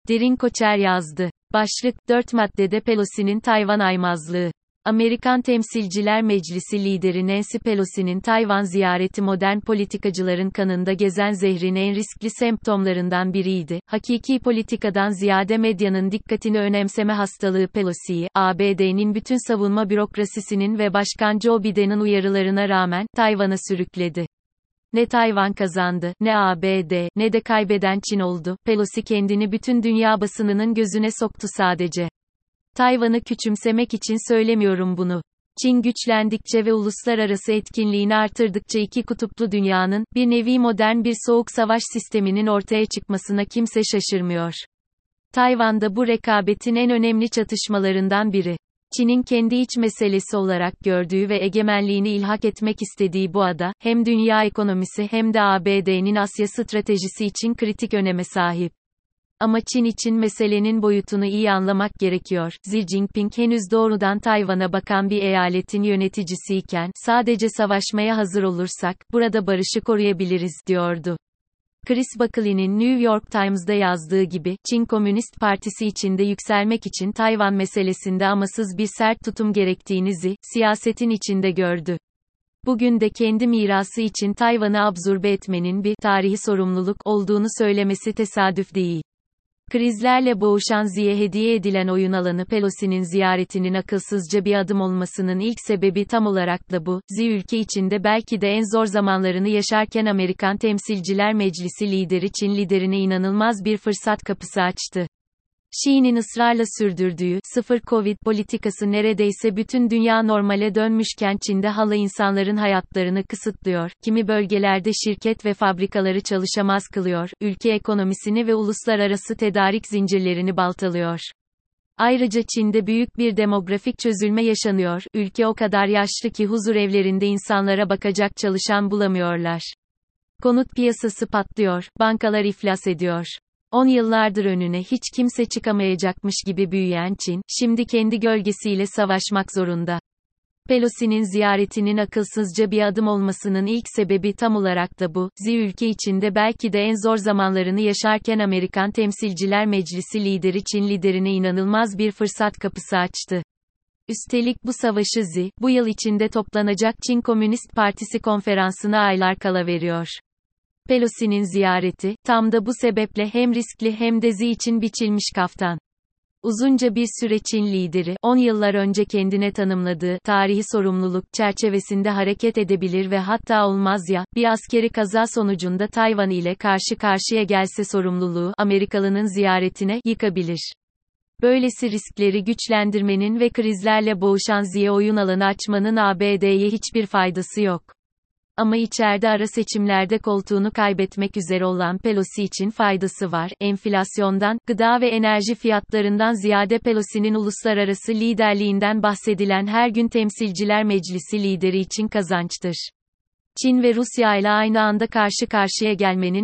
Derin Koçer yazdı. Başlık, 4 maddede Pelosi'nin Tayvan aymazlığı. Amerikan Temsilciler Meclisi lideri Nancy Pelosi'nin Tayvan ziyareti modern politikacıların kanında gezen zehrin en riskli semptomlarından biriydi. Hakiki politikadan ziyade medyanın dikkatini önemseme hastalığı Pelosi'yi, ABD'nin bütün savunma bürokrasisinin ve Başkan Joe Biden'ın uyarılarına rağmen, Tayvan'a sürükledi. Ne Tayvan kazandı, ne ABD, ne de kaybeden Çin oldu. Pelosi kendini bütün dünya basınının gözüne soktu sadece. Tayvan'ı küçümsemek için söylemiyorum bunu. Çin güçlendikçe ve uluslararası etkinliğini artırdıkça iki kutuplu dünyanın, bir nevi modern bir soğuk savaş sisteminin ortaya çıkmasına kimse şaşırmıyor. Tayvan'da bu rekabetin en önemli çatışmalarından biri. Çin'in kendi iç meselesi olarak gördüğü ve egemenliğini ilhak etmek istediği bu ada, hem dünya ekonomisi hem de ABD'nin Asya stratejisi için kritik öneme sahip. Ama Çin için meselenin boyutunu iyi anlamak gerekiyor. Xi Jinping henüz doğrudan Tayvan'a bakan bir eyaletin yöneticisiyken, sadece savaşmaya hazır olursak, burada barışı koruyabiliriz, diyordu. Chris Buckley'nin New York Times'da yazdığı gibi, Çin Komünist Partisi içinde yükselmek için Tayvan meselesinde amasız bir sert tutum gerektiğini Xi, siyasetin içinde gördü. Bugün de kendi mirası için Tayvan'ı absorbe etmenin bir tarihi sorumluluk olduğunu söylemesi tesadüf değil. Krizlerle boğuşan Xi'ye hediye edilen oyun alanı Pelosi'nin ziyaretinin akılsızca bir adım olmasının ilk sebebi tam olarak da bu. Xi ülke içinde belki de en zor zamanlarını yaşarken Amerikan Temsilciler Meclisi lideri Çin liderine inanılmaz bir fırsat kapısı açtı. Xi'nin ısrarla sürdürdüğü "sıfır Covid" politikası neredeyse bütün dünya normale dönmüşken Çin'de hala insanların hayatlarını kısıtlıyor, kimi bölgelerde şirket ve fabrikaları çalışamaz kılıyor, ülke ekonomisini ve uluslararası tedarik zincirlerini baltalıyor. Ayrıca Çin'de büyük bir demografik çözülme yaşanıyor, ülke o kadar yaşlı ki huzurevlerinde insanlara bakacak çalışan bulamıyorlar. Konut piyasası patlıyor, bankalar iflas ediyor. 10 yıllardır önüne hiç kimse çıkamayacakmış gibi büyüyen Çin, şimdi kendi gölgesiyle savaşmak zorunda. Pelosi'nin ziyaretinin akılsızca bir adım olmasının ilk sebebi tam olarak da bu. Xi ülke içinde belki de en zor zamanlarını yaşarken Amerikan Temsilciler Meclisi lideri Çin liderine inanılmaz bir fırsat kapısı açtı. Üstelik bu savaşı Xi, bu yıl içinde toplanacak Çin Komünist Partisi konferansına aylar kala veriyor. Pelosi'nin ziyareti, tam da bu sebeple hem riskli hem de Xi için biçilmiş kaftan. Uzunca bir süre Çin lideri, 10 yıllar önce kendine tanımladığı tarihi sorumluluk çerçevesinde hareket edebilir ve hatta olmaz ya, bir askeri kaza sonucunda Tayvan ile karşı karşıya gelse sorumluluğu, Amerikalı'nın ziyaretine yıkabilir. Böylesi riskleri güçlendirmenin ve krizlerle boğuşan Xi'ye oyun alanı açmanın ABD'ye hiçbir faydası yok. Ama içeride ara seçimlerde koltuğunu kaybetmek üzere olan Pelosi için faydası var. Enflasyondan, gıda ve enerji fiyatlarından ziyade Pelosi'nin uluslararası liderliğinden bahsedilen her gün Temsilciler Meclisi lideri için kazançtır. Çin ve Rusya ile aynı anda karşı karşıya gelmenin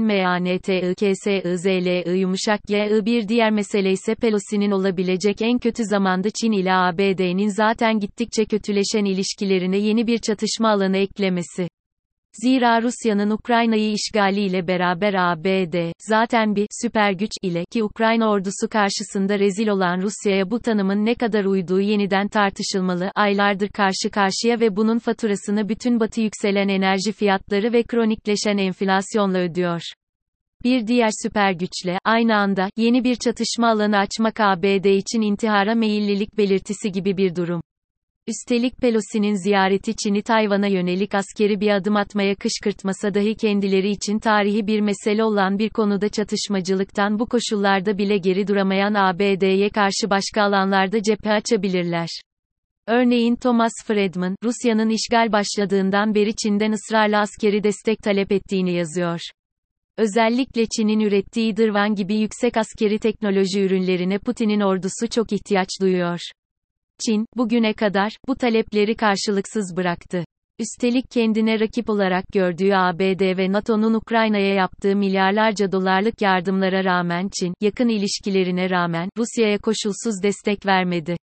MANTIKSIZLI yumuşak YI bir diğer mesele ise Pelosi'nin olabilecek en kötü zamanda Çin ile ABD'nin zaten gittikçe kötüleşen ilişkilerine yeni bir çatışma alanı eklemesi. Zira Rusya'nın Ukrayna'yı işgaliyle beraber ABD, zaten bir süper güç ile ki Ukrayna ordusu karşısında rezil olan Rusya'ya bu tanımın ne kadar uyduğu yeniden tartışılmalı. Aylardır karşı karşıya ve bunun faturasını bütün Batı yükselen enerji fiyatları ve kronikleşen enflasyonla ödüyor. Bir diğer süper güçle aynı anda yeni bir çatışma alanı açmak ABD için intihara meyillilik belirtisi gibi bir durum. Üstelik Pelosi'nin ziyareti Çin'i Tayvan'a yönelik askeri bir adım atmaya kışkırtmasa dahi kendileri için tarihi bir mesele olan bir konuda çatışmacılıktan bu koşullarda bile geri duramayan ABD'ye karşı başka alanlarda cephe açabilirler. Örneğin Thomas Friedman, Rusya'nın işgal başladığından beri Çin'den ısrarla askeri destek talep ettiğini yazıyor. Özellikle Çin'in ürettiği Dırvan gibi yüksek askeri teknoloji ürünlerine Putin'in ordusu çok ihtiyaç duyuyor. Çin, bugüne kadar, bu talepleri karşılıksız bıraktı. Üstelik kendine rakip olarak gördüğü ABD ve NATO'nun Ukrayna'ya yaptığı milyarlarca dolarlık yardımlara rağmen Çin, yakın ilişkilerine rağmen, Rusya'ya koşulsuz destek vermedi.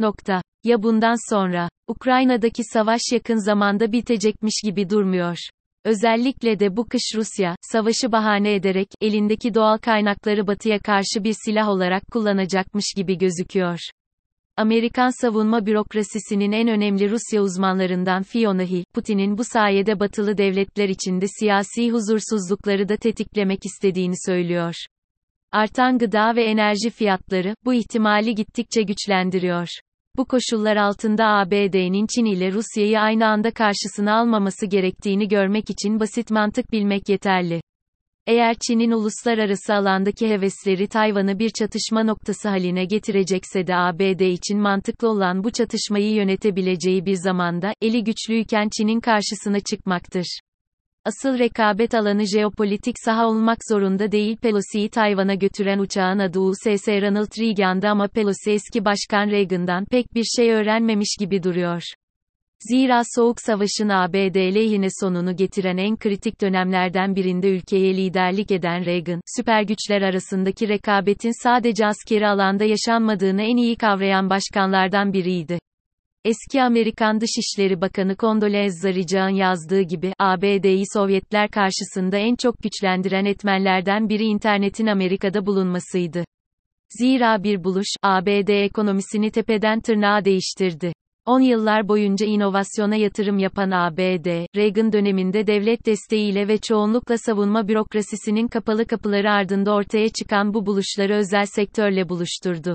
Ya bundan sonra? Ukrayna'daki savaş yakın zamanda bitecekmiş gibi durmuyor. Özellikle de bu kış Rusya, savaşı bahane ederek, elindeki doğal kaynakları Batı'ya karşı bir silah olarak kullanacakmış gibi gözüküyor. Amerikan savunma bürokrasisinin en önemli Rusya uzmanlarından Fiona Hill, Putin'in bu sayede batılı devletler içinde siyasi huzursuzlukları da tetiklemek istediğini söylüyor. Artan gıda ve enerji fiyatları, bu ihtimali gittikçe güçlendiriyor. Bu koşullar altında ABD'nin Çin ile Rusya'yı aynı anda karşısına almaması gerektiğini görmek için basit mantık bilmek yeterli. Eğer Çin'in uluslararası alandaki hevesleri Tayvan'ı bir çatışma noktası haline getirecekse de ABD için mantıklı olan bu çatışmayı yönetebileceği bir zamanda, eli güçlüyken Çin'in karşısına çıkmaktır. Asıl rekabet alanı jeopolitik saha olmak zorunda değil. Pelosi'yi Tayvan'a götüren uçağın adı USS Ronald Reagan'dı ama Pelosi eski başkan Reagan'dan pek bir şey öğrenmemiş gibi duruyor. Zira Soğuk Savaş'ın ABD lehine sonunu getiren en kritik dönemlerden birinde ülkeye liderlik eden Reagan, süpergüçler arasındaki rekabetin sadece askeri alanda yaşanmadığını en iyi kavrayan başkanlardan biriydi. Eski Amerikan Dışişleri Bakanı Condoleezza Rice'ın yazdığı gibi, ABD'yi Sovyetler karşısında en çok güçlendiren etmenlerden biri internetin Amerika'da bulunmasıydı. Zira bir buluş, ABD ekonomisini tepeden tırnağa değiştirdi. 10 yıllar boyunca inovasyona yatırım yapan ABD, Reagan döneminde devlet desteğiyle ve çoğunlukla savunma bürokrasisinin kapalı kapıları ardında ortaya çıkan bu buluşları özel sektörle buluşturdu.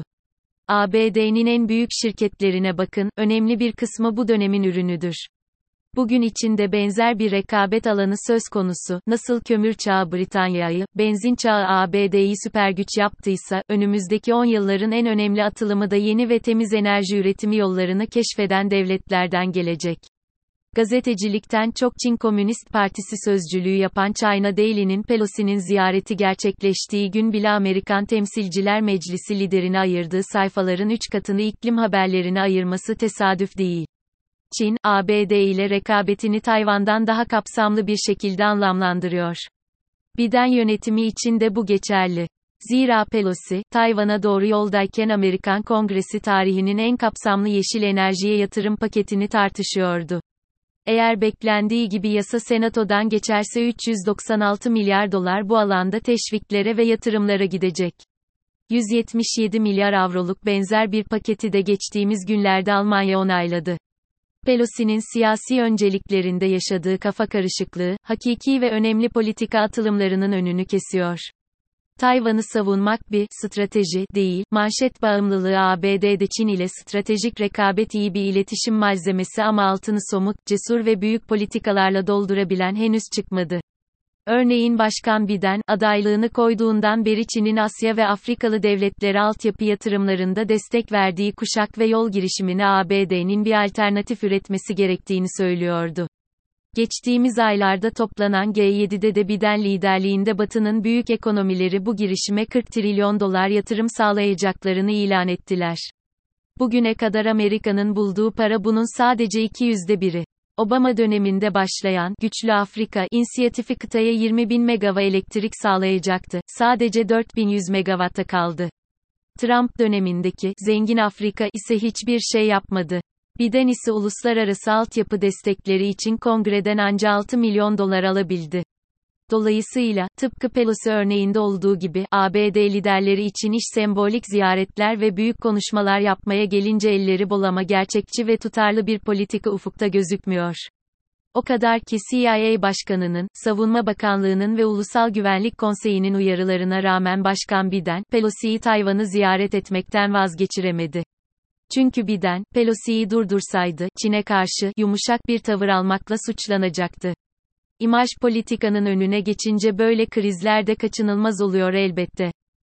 ABD'nin en büyük şirketlerine bakın, önemli bir kısmı bu dönemin ürünüdür. Bugün içinde benzer bir rekabet alanı söz konusu, nasıl kömür çağı Britanya'yı, benzin çağı ABD'yi süpergüç yaptıysa, önümüzdeki 10 yılların en önemli atılımı da yeni ve temiz enerji üretimi yollarını keşfeden devletlerden gelecek. Gazetecilikten çok Çin Komünist Partisi sözcülüğü yapan China Daily'nin Pelosi'nin ziyareti gerçekleştiği gün bile Amerikan Temsilciler Meclisi liderine ayırdığı sayfaların 3 katını iklim haberlerine ayırması tesadüf değil. Çin, ABD ile rekabetini Tayvan'dan daha kapsamlı bir şekilde anlamlandırıyor. Biden yönetimi için de bu geçerli. Zira Pelosi, Tayvan'a doğru yoldayken Amerikan Kongresi tarihinin en kapsamlı yeşil enerjiye yatırım paketini tartışıyordu. Eğer beklendiği gibi yasa Senato'dan geçerse 396 milyar dolar bu alanda teşviklere ve yatırımlara gidecek. 177 milyar avroluk benzer bir paketi de geçtiğimiz günlerde Almanya onayladı. Pelosi'nin siyasi önceliklerinde yaşadığı kafa karışıklığı, hakiki ve önemli politika atılımlarının önünü kesiyor. Tayvan'ı savunmak bir strateji değil, manşet bağımlılığı ABD'de Çin ile stratejik rekabet iyi bir iletişim malzemesi ama altını somut, cesur ve büyük politikalarla doldurabilen henüz çıkmadı. Örneğin Başkan Biden, adaylığını koyduğundan beri Çin'in Asya ve Afrikalı devletlere altyapı yatırımlarında destek verdiği kuşak ve yol girişimine ABD'nin bir alternatif üretmesi gerektiğini söylüyordu. Geçtiğimiz aylarda toplanan G7'de de Biden liderliğinde Batı'nın büyük ekonomileri bu girişime 40 trilyon dolar yatırım sağlayacaklarını ilan ettiler. Bugüne kadar Amerika'nın bulduğu para bunun sadece 200'de 1'i. Obama döneminde başlayan Güçlü Afrika inisiyatifi kıtaya 20.000 megawatt elektrik sağlayacaktı. Sadece 4.100 megawatt'a kaldı. Trump dönemindeki Zengin Afrika ise hiçbir şey yapmadı. Biden ise uluslararası altyapı destekleri için kongreden anca 6 milyon dolar alabildi. Dolayısıyla, tıpkı Pelosi örneğinde olduğu gibi, ABD liderleri için iş sembolik ziyaretler ve büyük konuşmalar yapmaya gelince elleri bol ama gerçekçi ve tutarlı bir politika ufukta gözükmüyor. O kadar ki CIA Başkanı'nın, Savunma Bakanlığı'nın ve Ulusal Güvenlik Konseyi'nin uyarılarına rağmen Başkan Biden, Pelosi'yi Tayvan'ı ziyaret etmekten vazgeçiremedi. Çünkü Biden, Pelosi'yi durdursaydı, Çin'e karşı, yumuşak bir tavır almakla suçlanacaktı. İmaj politikanın önüne geçince böyle krizler de kaçınılmaz oluyor elbette.